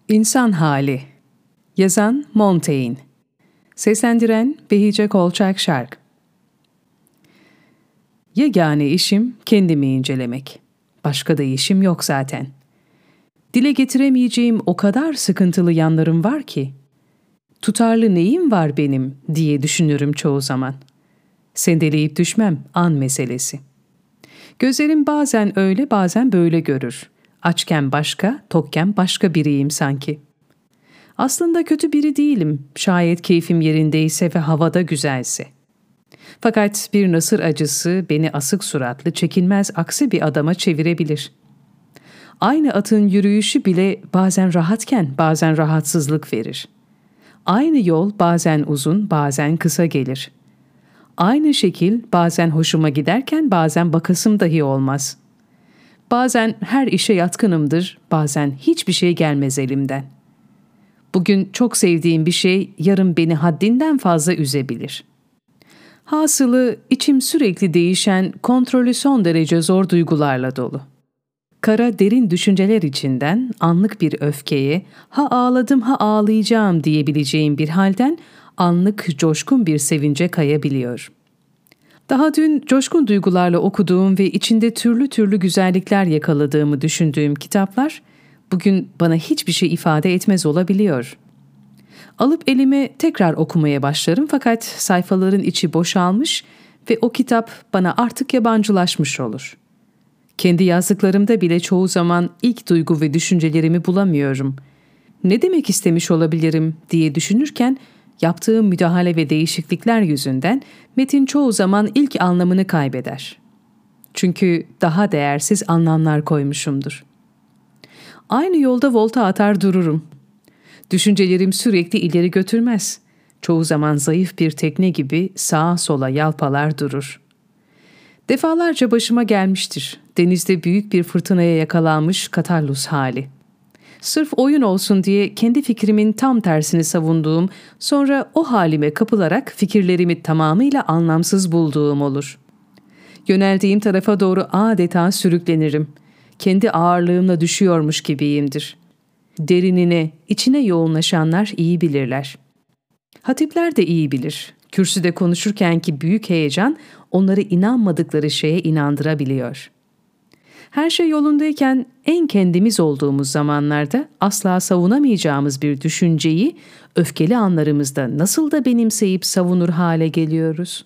İnsan Hali. Yazan Montaigne. Seslendiren Behice Kolçak Şark. Yegane işim kendimi incelemek. Başka da işim yok zaten. Dile getiremeyeceğim o kadar sıkıntılı yanlarım var ki. Tutarlı neyim var benim diye düşünürüm çoğu zaman. Sendeleyip düşmem an meselesi. Gözlerim bazen öyle bazen böyle görür. Açken başka, tokken başka biriyim sanki. Aslında kötü biri değilim, şayet keyfim yerindeyse ve havada güzelse. Fakat bir nasır acısı beni asık suratlı, çekilmez aksi bir adama çevirebilir. Aynı atın yürüyüşü bile bazen rahatken bazen rahatsızlık verir. Aynı yol bazen uzun, bazen kısa gelir. Aynı şekil bazen hoşuma giderken bazen bakasım dahi olmaz. Bazen her işe yatkınımdır, bazen hiçbir şey gelmez elimden. Bugün çok sevdiğim bir şey yarın beni haddinden fazla üzebilir. Hasılı içim sürekli değişen, kontrolü son derece zor duygularla dolu. Kara derin düşünceler içinden anlık bir öfkeye, ha ağladım ha ağlayacağım diyebileceğim bir halden anlık coşkun bir sevince kayabiliyor. Daha dün coşkun duygularla okuduğum ve içinde türlü türlü güzellikler yakaladığımı düşündüğüm kitaplar, bugün bana hiçbir şey ifade etmez olabiliyor. Alıp elime tekrar okumaya başlarım fakat sayfaların içi boşalmış ve o kitap bana artık yabancılaşmış olur. Kendi yazdıklarımda bile çoğu zaman ilk duygu ve düşüncelerimi bulamıyorum. Ne demek istemiş olabilirim diye düşünürken, yaptığım müdahale ve değişiklikler yüzünden metin çoğu zaman ilk anlamını kaybeder. Çünkü daha değersiz anlamlar koymuşumdur. Aynı yolda volta atar dururum. Düşüncelerim sürekli ileri götürmez. Çoğu zaman zayıf bir tekne gibi sağa sola yalpalar durur. Defalarca başıma gelmiştir. Denizde büyük bir fırtınaya yakalanmış Katarlus hali. Sırf oyun olsun diye kendi fikrimin tam tersini savunduğum, sonra o halime kapılarak fikirlerimi tamamıyla anlamsız bulduğum olur. Yöneldiğim tarafa doğru adeta sürüklenirim. Kendi ağırlığımla düşüyormuş gibiyimdir. Derinine, içine yoğunlaşanlar iyi bilirler. Hatipler de iyi bilir. Kürsüde konuşurkenki büyük heyecan onları inanmadıkları şeye inandırabiliyor. Her şey yolundayken en kendimiz olduğumuz zamanlarda asla savunamayacağımız bir düşünceyi öfkeli anlarımızda nasıl da benimseyip savunur hale geliyoruz?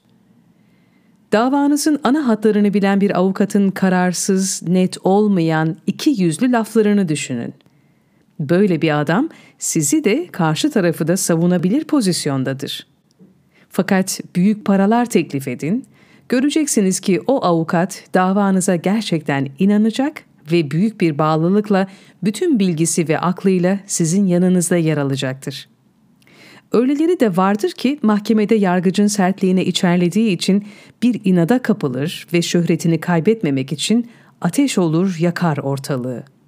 Davanızın ana hatlarını bilen bir avukatın kararsız, net olmayan, iki yüzlü laflarını düşünün. Böyle bir adam sizi de karşı tarafı da savunabilir pozisyondadır. Fakat büyük paralar teklif edin, göreceksiniz ki o avukat davanıza gerçekten inanacak ve büyük bir bağlılıkla bütün bilgisi ve aklıyla sizin yanınızda yer alacaktır. Öyleleri de vardır ki mahkemede yargıcın sertliğine içerlediği için bir inada kapılır ve şöhretini kaybetmemek için ateş olur yakar ortalığı.